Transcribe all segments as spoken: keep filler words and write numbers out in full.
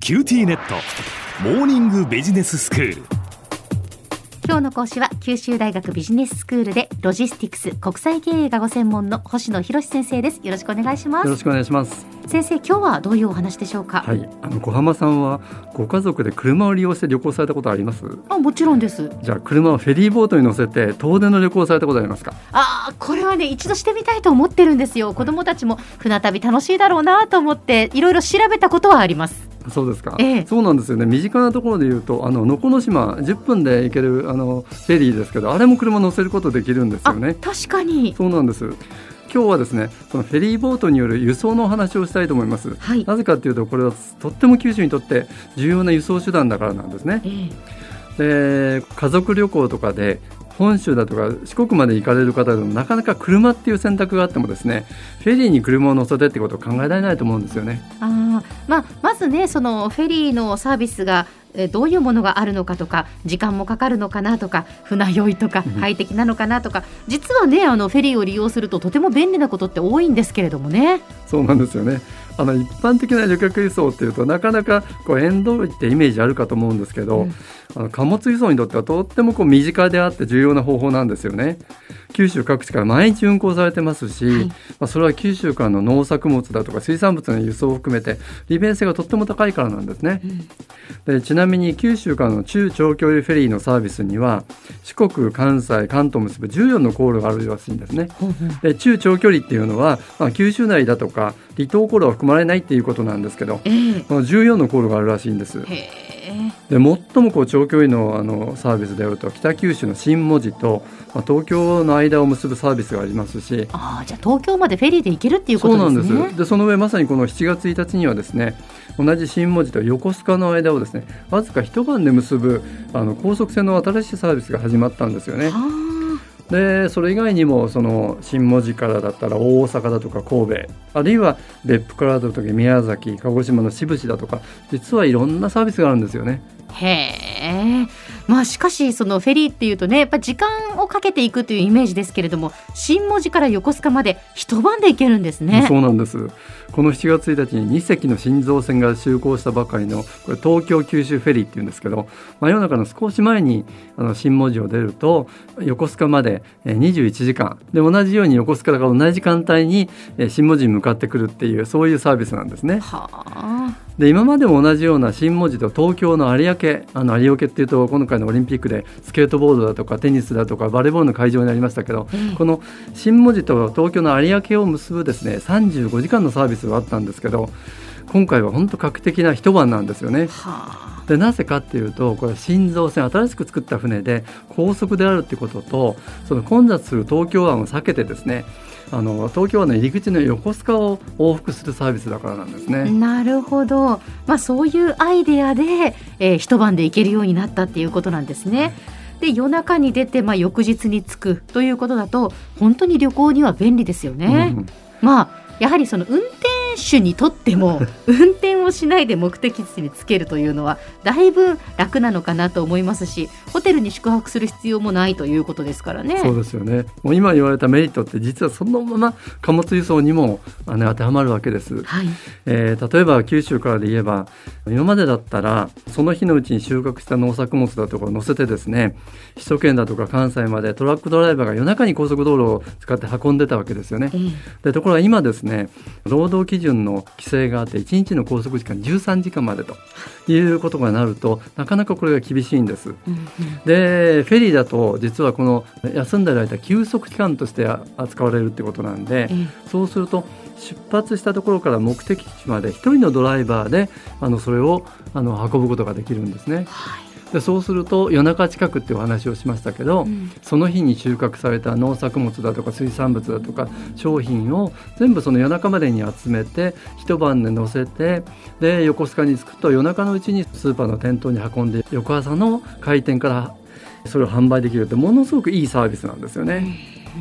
キューティーネットモーニングビジネススクール。 今日の講師は九州大学ビジネススクールでロジスティクス国際経営がご専門の星野博先生です。よろしくお願いします。 よろしくお願いします。 先生、今日はどういうお話でしょうか？ はい、あの小浜さんはご家族で車を利用して旅行されたことあります？ あ、もちろんです。 じゃあ車をフェリーボートに乗せて遠出の旅行されたことありますか？ あ、これはね、一度してみたいと思ってるんですよ。子供たちも船旅楽しいだろうなと思っていろいろ調べたことはあります。 そうですか、 ええ、 そうなんですよね。身近なところで言うとあの能古島じゅっぷんで行けるあのフェリーですけど、あれも車乗せることできるんですよね。 あ、確かにそうなんです。今日はですね、そのフェリーボートによる輸送のお話をしたいと思います、 はい、 なぜかというとこれはとっても九州にとって重要な輸送手段だからなんですね、ええ、で家族旅行とかで本州だとか四国まで行かれる方でもなかなか車っていう選択があってもですね、フェリーに車を乗せてってことを考えられないと思うんですよね。 あ、まあ、まずね、そのフェリーのサービスがどういうものがあるのかとか、時間もかかるのかなとか、船酔いとか快適なのかなとか、実はね、あのフェリーを利用するととても便利なことって多いんですけれどもね。 そうなんですよね。あの一般的な旅客輸送っていうとなかなかこう縁遠いってイメージあるかと思うんですけど、うん、あの貨物輸送にとってはとってもこう身近であって重要な方法なんですよね。九州各地から毎日運行されてますし、はい、まあ、それは九州からの農作物だとか水産物の輸送を含めて利便性がとっても高いからなんですね、うん、でちなみに九州からの中長距離フェリーのサービスには四国、関西、関東を結ぶじゅうよんの航路があるらしいんですね、うんうん、で中長距離っていうのは、まあ、九州内だとか離島航路は含まれないっていうことなんですけど、えー、このじゅうよんの航路があるらしいんです。で最もこう長距離 の, あのサービスであると北九州の新門司と、まあ、東京の間を結ぶサービスがありますし、 あ、じゃあ東京までフェリーで行けるっていうことですね。 そうなんです。でその上まさにこのしちがつついたちにはですね、同じ新門司と横須賀の間をですねわずか一晩で結ぶあの高速船の新しいサービスが始まったんですよね。でそれ以外にもその新門司からだったら大阪だとか神戸、あるいは別府からだとか宮崎、鹿児島の志布志だとか、実はいろんなサービスがあるんですよね。 へえ、まあ、しかしそのフェリーっていうとね、やっぱ時間をかけていくというイメージですけれども、新門司から横須賀まで一晩で行けるんですね。 そうなんです。このしちがつついたちににせきの新造船が就航したばかりのこれ東京九州フェリーっていうんですけど、真夜中の少し前にあの新門司を出ると横須賀までにじゅういちじかんで、同じように横須賀が同じ時間帯に新門司に向かってくるっていう、そういうサービスなんですね。はあ。で今までも同じような新門司と東京の有明、あの有明っていうと今回のオリンピックでスケートボードだとかテニスだとかバレーボールの会場になりましたけど、うん、この新門司と東京の有明を結ぶですねさんじゅうごじかんのサービスがあったんですけど、今回は本当画期的な一晩なんですよね。はあ。でなぜかっていうと、これ新造船、新しく作った船で高速であるってことと、その混雑する東京湾を避けてですね、あの東京湾の入り口の横須賀を往復するサービスだからなんですね。 なるほど、まあ、そういうアイデアで、えー、一晩で行けるようになったっていうことなんですね。で夜中に出て、まあ、翌日に着くということだと本当に旅行には便利ですよね、うん、まあやはりその運転手にとっても運転をしないで目的地に着けるというのはだいぶ楽なのかなと思いますし、ホテルに宿泊する必要もないということですからね。 そうですよね。もう今言われたメリットって実はそのまま貨物輸送にもあの当てはまるわけです、はい。えー、例えば九州からで言えば、今までだったらその日のうちに収穫した農作物だとかを乗せてですね、首都圏だとか関西までトラックドライバーが夜中に高速道路を使って運んでたわけですよね、うん、でところが今ですね、労働基準の規制があっていちにちの拘束時間じゅうさんじかんまでということがなると、なかなかこれが厳しいんです、うんうん、でフェリーだと実はこの休んでる間休息期間として扱われるってことなんで、うん、そうすると出発したところから目的地まで一人のドライバーであのそれをあの運ぶことができるんですね、はい。でそうすると夜中近くっていうお話をしましたけど、うん、その日に収穫された農作物だとか水産物だとか商品を全部その夜中までに集めて一晩で乗せて、で横須賀に着くと夜中のうちにスーパーの店頭に運んで翌朝の開店からそれを販売できるってものすごくいいサービスなんですよね、うん、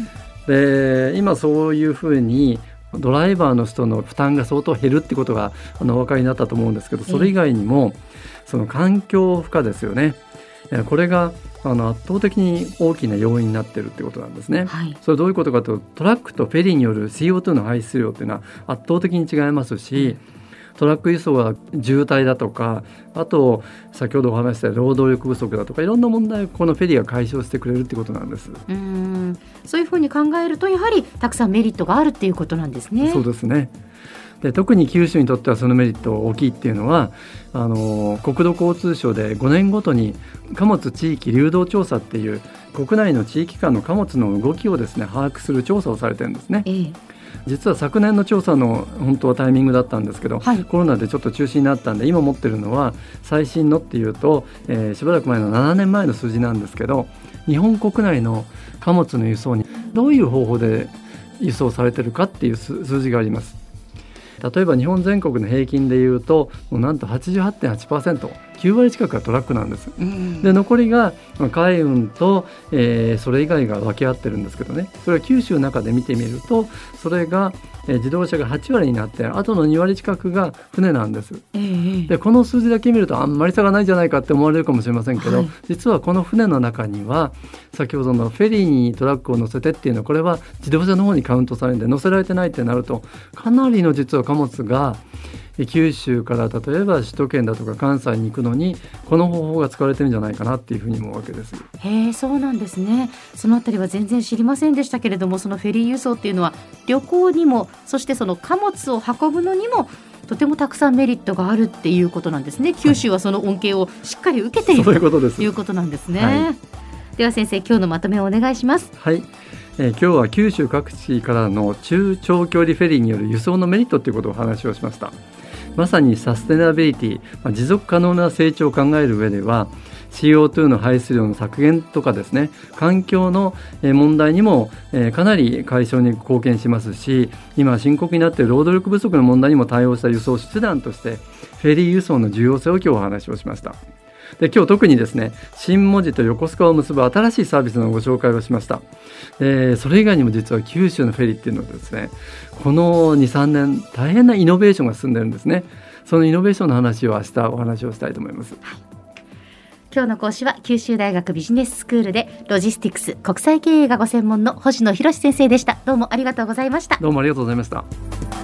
で今そういうふうにドライバーの人の負担が相当減るってことがあのお分かりになったと思うんですけど、それ以外にもその環境負荷ですよね、これがあの圧倒的に大きな要因になっているってことなんですね、はい。それどういうことかというと、トラックとフェリーによる シーオーツー の排出量というのは圧倒的に違いますし、 トラック輸送が渋滞だとか、あと先ほどお話した労働力不足だとか、いろんな問題をこのフェリーが解消してくれるってことなんです。 うーん、そういうふうに考えるとやはりたくさんメリットがあるっていうことなんですね。 そうですね。で特に九州にとってはそのメリット大きいっていうのは、あの国土交通省でごねんごとに貨物地域流動調査っていう国内の地域間の貨物の動きをですね把握する調査をされてるんですね。ええ、実は昨年の調査の本当はタイミングだったんですけど、はい、コロナでちょっと中止になったんで、今持ってるのは最新のっていうと、えー、しばらく前のななねんまえの数字なんですけど、日本国内の貨物の輸送にどういう方法で輸送されてるかっていう数字があります。例えば日本全国の平均でいうともうなんと はちじゅうはちてんはちパーセント、きゅうわり近くがトラックなんです。うん、で残りが海運と、えー、それ以外が分け合ってるんですけどね、それは九州の中で見てみるとそれが、えー、自動車がはちわりになって、あとのにわり近くが船なんです。えー、でこの数字だけ見るとあんまり差がないじゃないかって思われるかもしれませんけど、はい、実はこの船の中には先ほどのフェリーにトラックを乗せてっていうのは、これは自動車の方にカウントされるんで、乗せられてないってなるとかなりの実は貨物が九州から例えば首都圏だとか関西に行くのにこの方法が使われてるんじゃないかなっていうふうに思うわけです。 へえ、そうなんですね。そのあたりは全然知りませんでしたけれども、そのフェリー輸送っていうのは旅行にも、そしてその貨物を運ぶのにもとてもたくさんメリットがあるっていうことなんですね。九州はその恩恵をしっかり受けている、はい、ということなんですね。はい、では先生、今日のまとめをお願いします。 はい、えー、今日は九州各地からの中長距離フェリーによる輸送のメリットということをお話をしました。まさにサステナビリティ、まあ、持続可能な成長を考える上では シーオーツー の排出量の削減とかですね、環境の問題にもかなり解消に貢献しますし、今深刻になっている労働力不足の問題にも対応した輸送手段としてフェリー輸送の重要性を今日お話をしました。で今日特にですね、新門司と横須賀を結ぶ新しいサービスのご紹介をしました。でそれ以外にも実は九州のフェリーっていうのはですね、この にさんねん大変なイノベーションが進んでるんですね。そのイノベーションの話を明日お話をしたいと思います。はい、 今日の講師は九州大学ビジネススクールでロジスティクス国際経営がご専門の星野博先生でした。どうもありがとうございました。 どうもありがとうございました。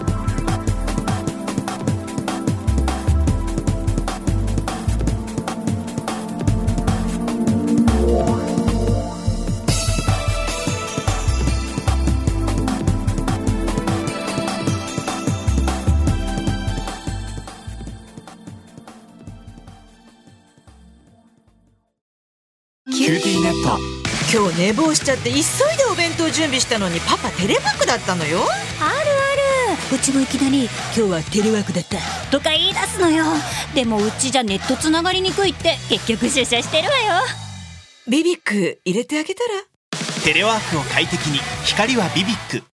今日寝坊しちゃって急いでお弁当準備したのにパパテレワークだったのよ。あるある、うちもいきなり今日はテレワークだったとか言い出すのよ。でもうちじゃネットつながりにくいって結局出社してるわよ。 ビビック入れてあげたら。 テレワークを快適に、光はビビック。